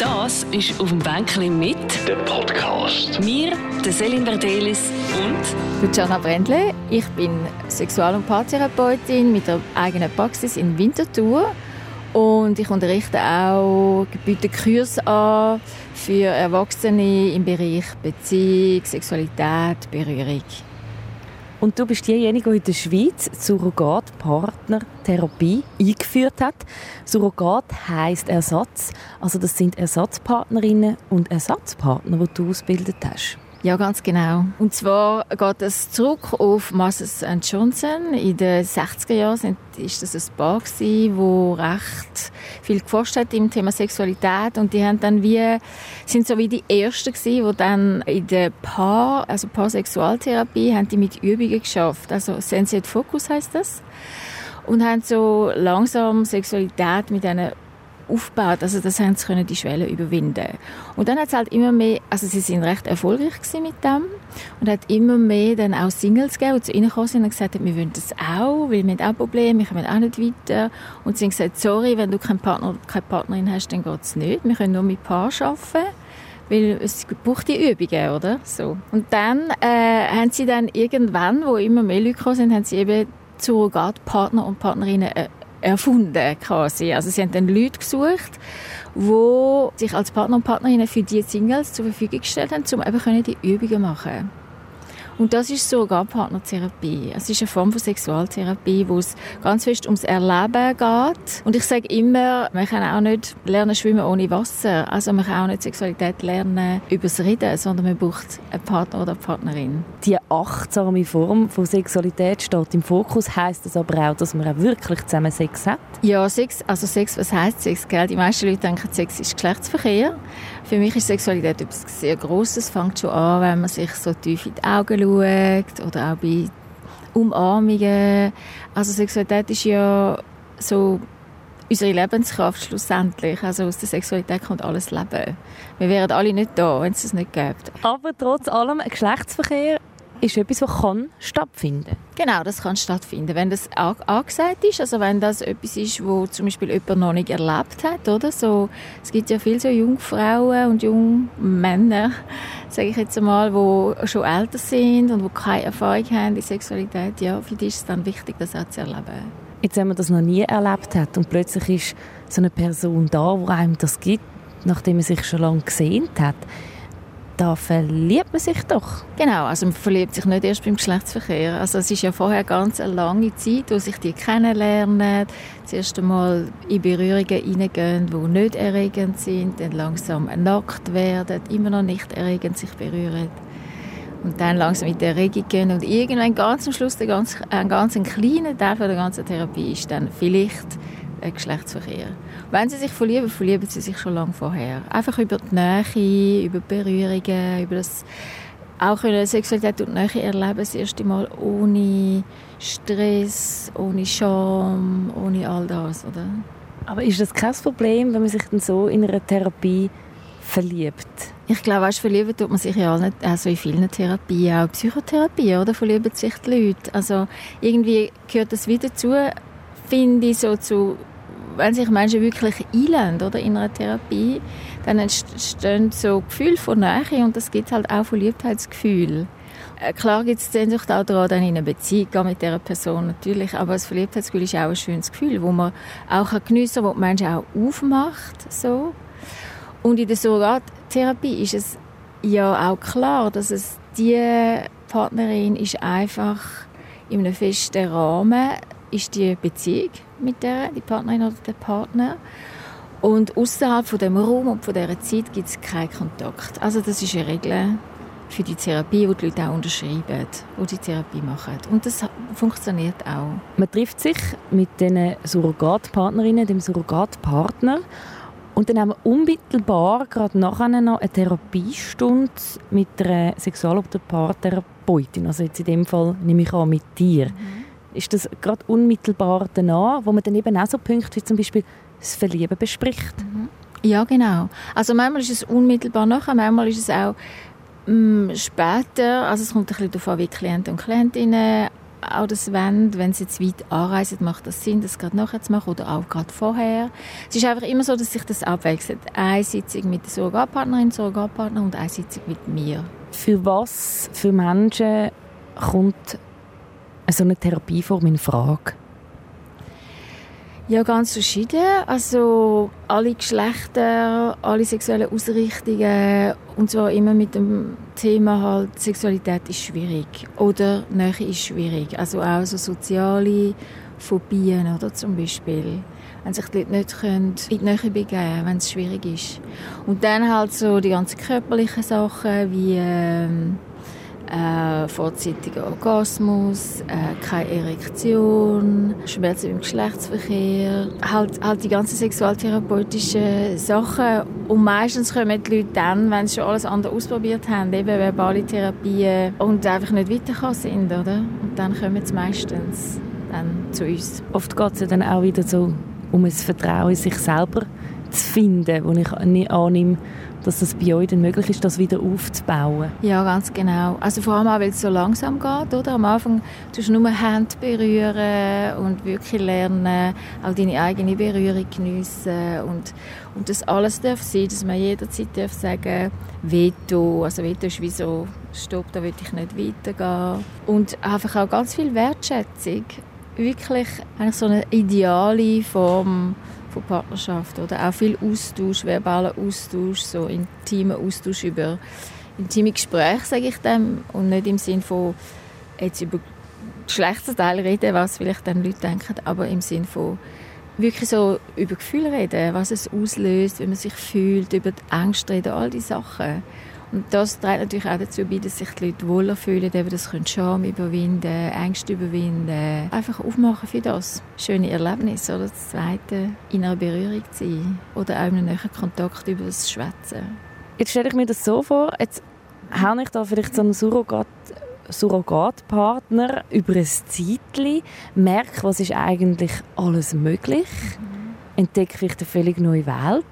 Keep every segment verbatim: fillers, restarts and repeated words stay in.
Das ist «Auf dem Bänkchen» mit der Podcast. Mir, der Selin Verdelis und Luciana Brändle. Ich bin Sexual- und Paartherapeutin mit der eigenen Praxis in Winterthur. Und ich unterrichte auch, biete Kurse an für Erwachsene im Bereich Beziehung, Sexualität, Berührung. Und du bist diejenige, die in der Schweiz Surrogatpartnertherapie eingeführt hat. Surrogat heisst Ersatz. Also das sind Ersatzpartnerinnen und Ersatzpartner, die du ausgebildet hast. Ja, ganz genau. Und zwar geht es zurück auf Masters and Johnson. In den sechziger Jahren war das ein Paar, das recht viel geforscht hat im Thema Sexualität. Und die haben dann wie, sind so wie die Ersten gewesen, die dann in der Paar, also Paarsexualtherapie, haben die mit Übungen geschafft. Also Sensate Focus heisst das. Und haben so langsam Sexualität mit diesen aufgebaut, also das haben sie können die Schwelle überwinden. Und dann hat es halt immer mehr, also sie sind recht erfolgreich gewesen mit dem und hat immer mehr dann auch Singles gegeben, die zu ihnen gekommen sind und gesagt haben, wir wollen das auch, weil wir haben auch Probleme, wir kommen auch nicht weiter. Und sie haben gesagt, sorry, wenn du keinen Partner oder keine Partnerin hast, dann geht es nicht, wir können nur mit Paaren arbeiten, weil es braucht die Übungen, oder? So. Und dann äh, haben sie dann irgendwann, wo immer mehr Leute gekommen sind, haben sie eben Surrogatpartner und Partnerinnen äh, erfunden quasi. Also sie haben dann Leute gesucht, die sich als Partner und Partnerinnen für die Singles zur Verfügung gestellt haben, um eben die Übungen machen können. Und das ist Surrogatpartnertherapie. Es ist eine Form von Sexualtherapie, wo es ganz fest ums Erleben geht. Und ich sage immer, man kann auch nicht lernen schwimmen ohne Wasser. Also man kann auch nicht Sexualität lernen übers Reden, sondern man braucht einen Partner oder eine Partnerin. Die achtsame Form von Sexualität steht im Fokus. Heisst das aber auch, dass man auch wirklich zusammen Sex hat? Ja, Sex, also Sex, was heisst Sex? Gell? Die meisten Leute denken, Sex ist Geschlechtsverkehr. Für mich ist Sexualität etwas sehr Grosses. Es fängt schon an, wenn man sich so tief in die Augen schaut oder auch bei Umarmungen. Also Sexualität ist ja so unsere Lebenskraft schlussendlich. Also aus der Sexualität kommt alles Leben. Wir wären alle nicht da, wenn es das nicht gäbe. Aber trotz allem, Geschlechtsverkehr ist etwas, was kann stattfinden. Genau, das kann stattfinden. Wenn das angesagt ist, also wenn das etwas ist, wo zum Beispiel jemand noch nicht erlebt hat, oder? So, es gibt ja viele so Jungfrauen und Jungmänner, sage ich jetzt einmal, die schon älter sind und die keine Erfahrung haben in Sexualität. Ja, für die ist es dann wichtig, das auch zu erleben. Jetzt, wenn man das noch nie erlebt hat und plötzlich ist so eine Person da, die einem das gibt, nachdem man sich schon lange gesehnt hat, da verliebt man sich doch. Genau, also man verliebt sich nicht erst beim Geschlechtsverkehr. Also es ist ja vorher ganz eine lange Zeit, wo sich die kennenlernen, das erste Mal in Berührungen hineingehen, die nicht erregend sind, dann langsam nackt werden, immer noch nicht erregend sich berühren. Und dann langsam in die Erregung gehen und irgendwann ganz am Schluss, ganz, ein ganz kleiner Teil von der ganzen Therapie ist dann vielleicht ein Geschlechtsverkehr. Wenn sie sich verlieben, verlieben sie sich schon lange vorher. Einfach über die Nähe, über Berührungen, über das auch können Sexualität und Nähe erleben, das erste Mal ohne Stress, ohne Scham, ohne all das, oder? Aber ist das kein Problem, wenn man sich dann so in einer Therapie verliebt? Ich glaube, weißt, verlieben tut man sich ja nicht, also in vielen Therapien, auch Psychotherapie, oder? Verlieben sich die Leute. Also irgendwie gehört das wieder dazu, finde ich, so zu, wenn sich Menschen wirklich einlösen, oder, in einer Therapie, dann entstehen so Gefühle von Nähe und das gibt halt auch Verliebtheitsgefühl. Äh, klar gibt es Sehnsucht auch daran, dann in eine Beziehung gehen mit dieser Person natürlich, aber das Verliebtheitsgefühl ist auch ein schönes Gefühl, wo man auch geniessen kann, wo die Menschen auch aufmacht. So. Und in der Surrogattherapie ist es ja auch klar, dass es die Partnerin ist einfach in einem festen Rahmen ist die Beziehung mit der die Partnerin oder der Partner. Und außerhalb von dem Raum und von dieser Zeit gibt es keinen Kontakt. Also das ist eine Regel für die Therapie, die die Leute auch unterschreiben, die die Therapie machen. Und das funktioniert auch. Man trifft sich mit den Surrogatpartnerinnen, dem Surrogatpartner. Und dann haben wir unmittelbar gerade nachher noch eine Therapiestunde mit einer Sexual- oder Paartherapeutin. Also jetzt in dem Fall nehme ich an, mit dir. Mhm. Ist das gerade unmittelbar danach, wo man dann eben auch so Punkte wie zum Beispiel das Verlieben bespricht? Mhm. Ja, genau. Also manchmal ist es unmittelbar nachher, manchmal ist es auch mh, später. Also es kommt ein bisschen darauf an, wie Klienten und Klientinnen auch das wollen, wenn sie jetzt weit anreisen, macht das Sinn, das gerade nachher zu machen oder auch gerade vorher. Es ist einfach immer so, dass sich das abwechselt. Eine Sitzung mit der Surrogatpartnerin, Surrogatpartner und eine Sitzung mit mir. Für was für Menschen kommt so eine Therapieform in Frage? Ja, ganz verschieden. Also alle Geschlechter, alle sexuellen Ausrichtungen und zwar immer mit dem Thema halt, Sexualität ist schwierig oder Nähe ist schwierig. Also auch so soziale Phobien oder zum Beispiel. Wenn sich die Leute nicht können in die Nähe begeben können, wenn es schwierig ist. Und dann halt so die ganzen körperlichen Sachen wie ähm, Äh, vorzeitiger Orgasmus, äh, keine Erektion, Schmerzen im Geschlechtsverkehr, halt, halt die ganzen sexualtherapeutischen Sachen. Und meistens kommen die Leute dann, wenn sie schon alles andere ausprobiert haben, eben verbale Therapien und einfach nicht weitergekommen sind, oder? Und dann kommen sie meistens dann zu uns. Oft geht es ja dann auch wieder so um ein Vertrauen in sich selber zu finden, wo ich nicht annehme, dass das bei euch dann möglich ist, das wieder aufzubauen. Ja, ganz genau. Also vor allem auch, weil es so langsam geht, oder? Am Anfang tust du nur Hände berühren und wirklich lernen, auch deine eigene Berührung geniessen und, und das alles darf sein, dass man jederzeit darf sagen, Veto, also Veto ist wie so, stopp, da will ich nicht weitergehen. Und einfach auch ganz viel Wertschätzung. Wirklich eigentlich so eine ideale Form von Partnerschaft, oder auch viel Austausch, verbaler Austausch, so intimer Austausch über intime Gespräche, sage ich dem, und nicht im Sinn von jetzt über Geschlechtsteile reden, was vielleicht dann Leute denken, aber im Sinn von wirklich so über Gefühle reden, was es auslöst, wie man sich fühlt, über die Ängste reden, all diese Sachen. Und das trägt natürlich auch dazu bei, dass sich die Leute wohler fühlen, eben das können Scham überwinden, Ängste überwinden. Einfach aufmachen für das. Schöne Erlebnis, oder das Zweite, in einer Berührung zu sein. Oder auch in einem näheren Kontakt über das Schwätzen. Jetzt stelle ich mir das so vor, jetzt habe ich da vielleicht so einen Surrogat, Surrogatpartner über ein Zeitchen, merke, was ist eigentlich alles möglich, mhm. entdecke vielleicht eine völlig neue Welt.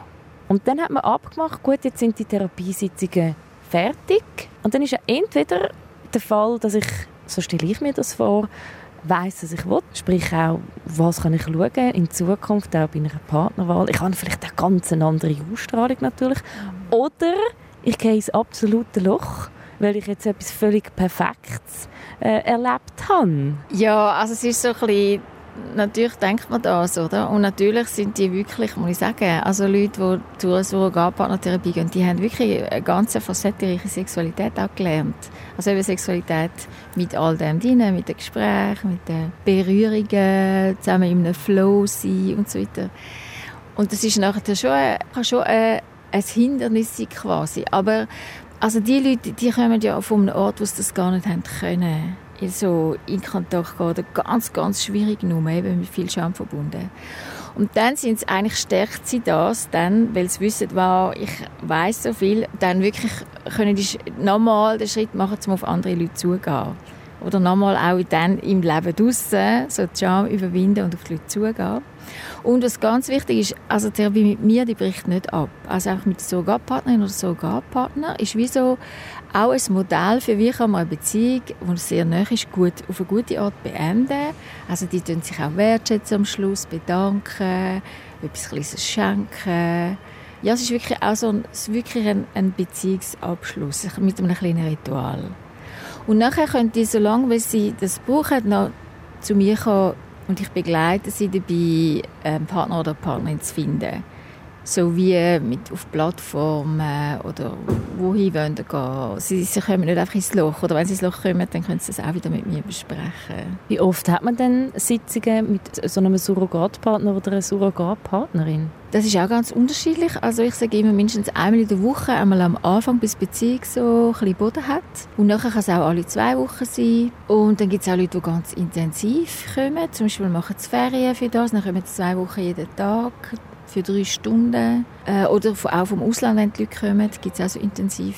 Und dann hat man abgemacht, gut, jetzt sind die Therapiesitzungen fertig. Und dann ist ja entweder der Fall, dass ich, so stelle ich mir das vor, weiss, was ich will. Sprich auch, was kann ich schauen in Zukunft, auch bei einer Partnerwahl. Ich habe vielleicht eine ganz andere Ausstrahlung natürlich. Oder ich gehe ins absolute Loch, weil ich jetzt etwas völlig Perfektes äh, erlebt habe. Ja, also es ist so ein bisschen, natürlich denkt man das, oder? Und natürlich sind die wirklich, muss ich sagen, also Leute, die durch eine Surrogatpartnertherapie gehen, die haben wirklich eine ganz facettenreiche Sexualität auch gelernt. Also eben Sexualität mit all dem drin, mit den Gesprächen, mit den Berührungen, zusammen in einem Flow sein und so weiter. Und das ist nachher schon, kann schon ein, ein Hindernis sein quasi. Aber also die Leute, die kommen ja von einem Ort, wo sie das gar nicht haben können. So in Kontakt gehen, oder ganz, ganz schwierig nur, eben mit viel Scham verbunden. Und dann sind sie eigentlich, stärkt sie das, dann, weil sie wissen, wow, ich weiss so viel, dann wirklich können die nochmal den Schritt machen, um auf andere Leute zugehen. Oder nochmal auch dann im Leben draussen, so die Scham überwinden und auf die Leute zugehen. Und was ganz wichtig ist, also die Therapie mit mir, die bricht nicht ab. Also auch mit der Surrogatpartnerin oder Surrogatpartner ist wie so auch ein Modell für, wie kann man eine Beziehung, die sehr nahe ist, gut, auf eine gute Art beenden. Also die tun sich auch wertschätzen am Schluss, bedanken, etwas Kleines schenken. Ja, es ist wirklich auch so ein, es ist wirklich ein, ein Beziehungsabschluss mit einem kleinen Ritual. Und nachher können die, solange sie das brauchen, noch zu mir kommen und ich begleite sie dabei, einen Partner oder eine Partnerin zu finden. So wie mit auf Plattformen oder wohin wollen sie gehen. Sie, sie kommen nicht einfach ins Loch. Oder wenn sie ins Loch kommen, dann können sie das auch wieder mit mir besprechen. Wie oft hat man denn Sitzungen mit so einem Surrogatpartner oder einer Surrogatpartnerin? Das ist auch ganz unterschiedlich. Also ich sage immer mindestens einmal in der Woche, einmal am Anfang, bis die Beziehung so ein bisschen Boden hat. Und nachher kann es auch alle zwei Wochen sein. Und dann gibt es auch Leute, die ganz intensiv kommen. Zum Beispiel machen sie Ferien für das. Dann kommen sie zwei Wochen jeden Tag für drei Stunden. Äh, oder auch vom Ausland, wenn die Leute kommen, gibt es auch so intensiv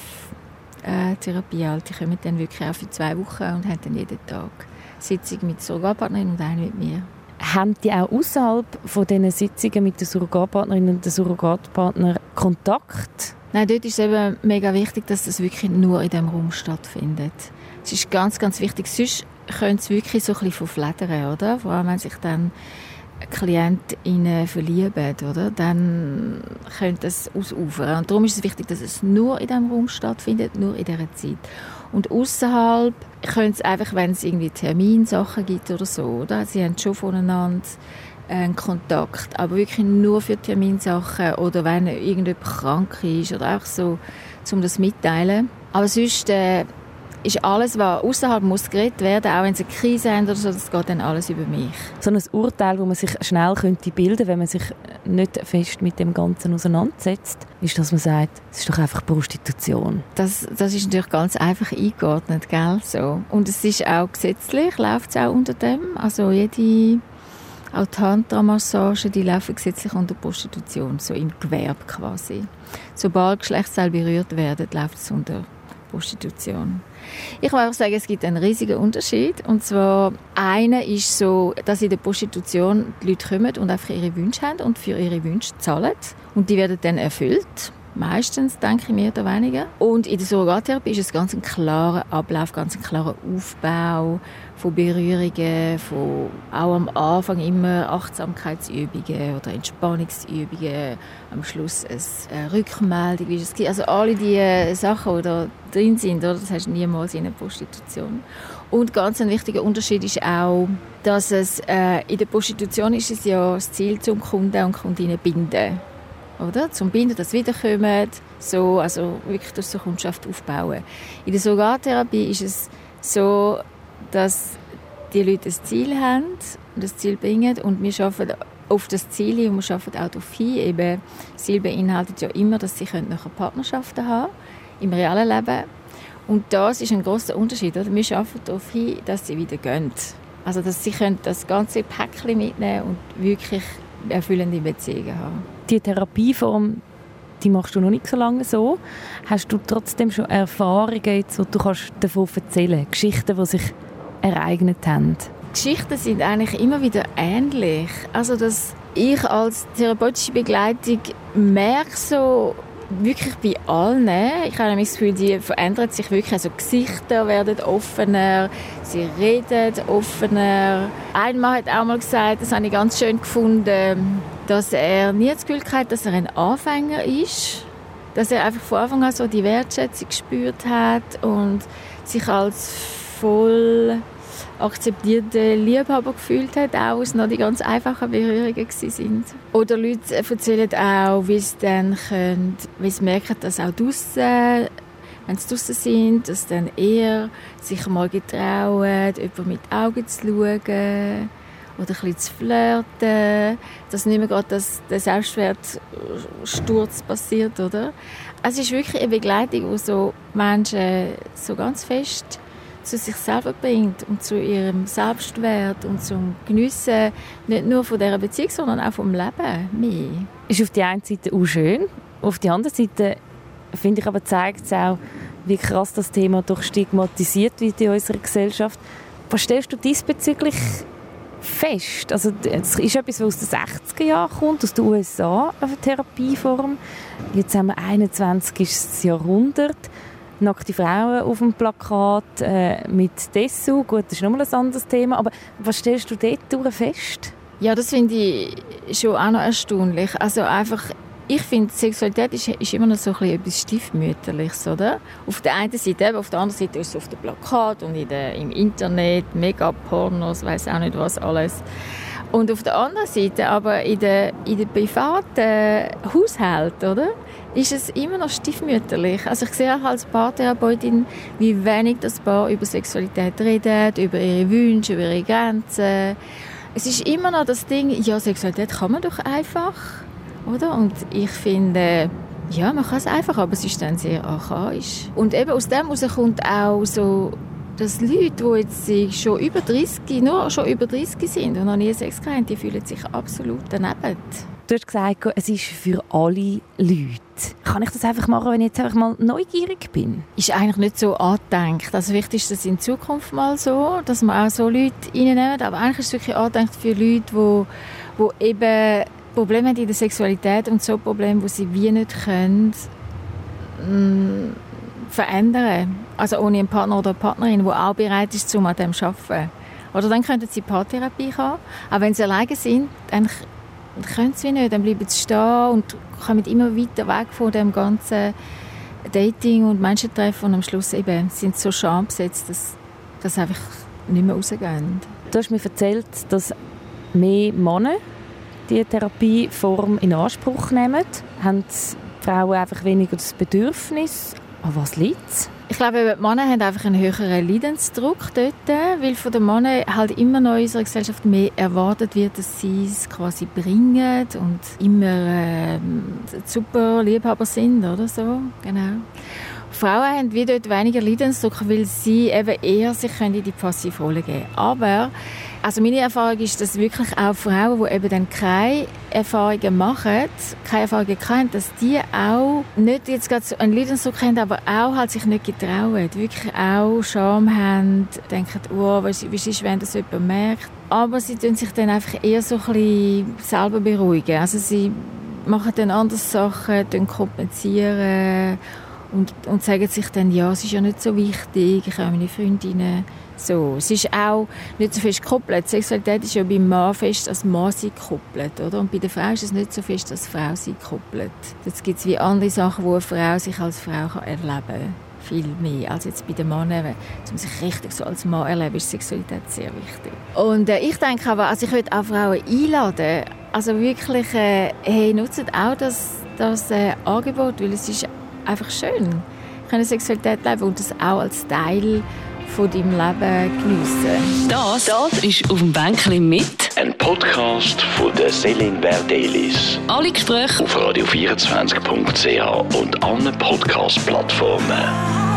äh, Therapie. Die kommen dann wirklich auch für zwei Wochen und haben dann jeden Tag Sitzung mit der Surrogatpartnerin und eine mit mir. Haben die auch außerhalb von diesen Sitzungen mit der Surrogatpartnerin und dem Surrogatpartner Kontakt? Nein, dort ist es eben mega wichtig, dass das wirklich nur in diesem Raum stattfindet. Es ist ganz, ganz wichtig. Sonst könnte es wirklich so ein bisschen verfledern, oder? Vor allem, wenn sich dann KlientInnen verlieben, oder? Dann könnte es ausufern. Und darum ist es wichtig, dass es nur in diesem Raum stattfindet, nur in dieser Zeit. Und außerhalb könnte es einfach, wenn es irgendwie Terminsachen gibt oder so, oder? Sie haben schon voneinander einen Kontakt, aber wirklich nur für Terminsachen oder wenn irgendjemand krank ist oder auch so, um das mitteilen. Aber sonst äh, ist alles, was außerhalb muss geredet werden, auch wenn sie eine Krise haben oder so, das geht dann alles über mich. So ein Urteil, das man sich schnell könnte bilden, wenn man sich nicht fest mit dem Ganzen auseinandersetzt, ist, dass man sagt, es ist doch einfach Prostitution. Das, das ist natürlich ganz einfach eingeordnet, gell? So. Und es ist auch gesetzlich, läuft es auch unter dem. Also jede, auch die Tantra-Massagen, die laufen gesetzlich unter Prostitution, so im Gewerbe quasi. Sobald Geschlechtsteile berührt werden, läuft es unter Prostitution. Ich will auch sagen, es gibt einen riesigen Unterschied. Und zwar, einer ist so, dass in der Prostitution die Leute kommen und einfach ihre Wünsche haben und für ihre Wünsche zahlen. Und die werden dann erfüllt. Meistens, denke ich, mehr oder weniger. Und in der Surrogattherapie ist es ganz ein klarer Ablauf, ganz ein klarer Aufbau von Berührungen, von auch am Anfang immer Achtsamkeitsübungen oder Entspannungsübungen, am Schluss eine Rückmeldung, wie es gibt. Also alle diese Sachen, die da drin sind, oder? Das hast du niemals in einer Prostitution. Und ganz ein wichtiger Unterschied ist auch, dass es äh, in der Prostitution ist es ja das Ziel, zum Kunden und Kundinnen binden. Oder? Zum Binden, dass sie wiederkommen, so, also wirklich durch so Kundschaft aufbauen. In der Surrogattherapie ist es so, dass die Leute ein Ziel haben und das Ziel bringen und wir arbeiten auf das Ziel hin und wir arbeiten auch darauf hin. Eben, das Ziel beinhaltet ja immer, dass sie nachher Partnerschaften haben im realen Leben. Und das ist ein grosser Unterschied. Oder? Wir arbeiten darauf hin, dass sie wieder gehen. Also dass sie das ganze Päckchen mitnehmen und wirklich erfüllende Beziehungen haben. Die Therapieform, die machst du noch nicht so lange so. Hast du trotzdem schon Erfahrungen, jetzt, die du kannst davon erzählen kannst? Geschichten, die sich ereignet haben? Geschichten sind eigentlich immer wieder ähnlich. Also, dass ich als therapeutische Begleitung merke, so wirklich bei allen, ich habe das Gefühl, die verändern sich wirklich. Also Gesichter werden offener, sie reden offener. Ein Mann hat auch mal gesagt, das habe ich ganz schön gefunden, dass er nie das Gefühl hatte, dass er ein Anfänger ist. Dass er einfach von Anfang an so die Wertschätzung gespürt hat und sich als voll akzeptierte Liebhaber gefühlt hat, auch als noch die ganz einfachen Berührungen waren. Oder Leute erzählen auch, wie sie dann können, wie sie merken, dass auch draussen, wenn sie draussen sind, dass dann eher sich mal getrauen, jemanden mit Augen zu schauen oder ein bisschen zu flirten, dass nicht mehr gerade das, der Selbstwertsturz passiert, oder? Es ist wirklich eine Begleitung, die so Menschen so ganz fest zu sich selber bringt und zu ihrem Selbstwert und zum Geniessen nicht nur von dieser Beziehung, sondern auch vom Leben mehr. Ist auf die einen Seite auch schön, auf die andere Seite finde ich aber zeigt es auch, wie krass das Thema doch stigmatisiert wird in unserer Gesellschaft. Was stellst du diesbezüglich fest? Also es ist etwas, was aus den sechziger Jahren kommt, aus den U S A, eine Therapieform. Jetzt haben wir einundzwanzigstes Jahrhundert. Nackte Frauen auf dem Plakat äh, mit Dessous. Gut, das ist nochmal ein anderes Thema. Aber was stellst du dort fest? Ja, das finde ich schon auch noch erstaunlich. Also einfach, ich finde, Sexualität ist, ist immer noch so ein bisschen etwas Stiefmütterliches, oder? Auf der einen Seite, eben, auf der anderen Seite ist es auf dem Plakat und in der, im Internet, Mega-Pornos, weiss auch nicht was alles. Und auf der anderen Seite, aber in den in der privaten Haushalten, oder, ist es immer noch stiefmütterlich. Also ich sehe auch als Paartherapeutin, wie wenig das Paar über Sexualität redet, über ihre Wünsche, über ihre Grenzen. Es ist immer noch das Ding, ja, Sexualität kann man doch einfach, oder? Und ich finde, ja, man kann es einfach, aber es ist dann sehr archaisch. Und eben aus dem heraus kommt auch so, dass Leute, die jetzt schon über dreißig, nur schon über dreißig sind und noch nie Sex hatten, die fühlen sich absolut daneben. Du hast gesagt, es ist für alle Leute. Kann ich das einfach machen, wenn ich jetzt einfach mal neugierig bin? Ist eigentlich nicht so angedenkt. Also vielleicht ist das in Zukunft mal so, dass man auch so Leute reinnehmen. Aber eigentlich ist es wirklich angedenkt für Leute, die, die eben Probleme haben in der Sexualität und so Probleme, die sie wie nicht können, verändern. Also ohne einen Partner oder eine Partnerin, die auch bereit ist, um an dem zu arbeiten. Oder dann könnten sie Paartherapie haben. Auch wenn sie alleine sind, dann können sie nicht. Dann bleiben sie stehen und kommen immer weiter weg von dem ganzen Dating und Menschentreffen. Und am Schluss eben sind sie so schambesetzt, dass, dass sie einfach nicht mehr rausgehen. Du hast mir erzählt, dass mehr Männer diese Therapieform in Anspruch nehmen. Haben die Frauen einfach weniger das Bedürfnis? An was liegt es? Ich glaube, die Männer haben einfach einen höheren Leidensdruck dort, weil von den Männern halt immer noch in unserer Gesellschaft mehr erwartet wird, dass sie es quasi bringen und immer äh, super Liebhaber sind oder so. Genau. Frauen haben wie dort weniger Leidensdruck, weil sie eben eher sich in die Passivrolle geben können. Aber also meine Erfahrung ist, dass wirklich auch Frauen, die eben dann keine Erfahrungen machen, keine Erfahrungen haben, dass die auch nicht jetzt gerade so einen Leidensdruck haben, aber auch halt sich nicht getrauen. Wirklich auch Scham haben, denken, oh, was ist, wenn das jemand merkt. Aber sie tun sich dann einfach eher so ein bisschen selber beruhigen. Also sie machen dann andere Sachen, kompensieren und, und sagen sich dann, ja, es ist ja nicht so wichtig, ich habe meine Freundinnen. So, es ist auch nicht so fest gekoppelt. Die Sexualität ist ja beim Mann fest als Mann sie gekoppelt, oder? Und bei der Frau ist es nicht so fest als Frau sie gekoppelt. Jetzt gibt es wie andere Sachen, wo eine Frau sich als Frau kann erleben kann. Viel mehr als jetzt bei den Männern. Um sich richtig so als Mann erleben, ist Sexualität sehr wichtig. Und äh, ich denke aber, also ich würde auch Frauen einladen, also wirklich, äh, hey, nutzt auch das, das äh, Angebot, weil es ist einfach schön. Können Sexualität leben und das auch als Teil von deinem Leben geniessen. Das, das ist «Auf dem Bänkchen» mit ein Podcast von der Céline Verdelis. Alle Gespräche auf radio vierundzwanzig punkt c h und allen Podcast-Plattformen.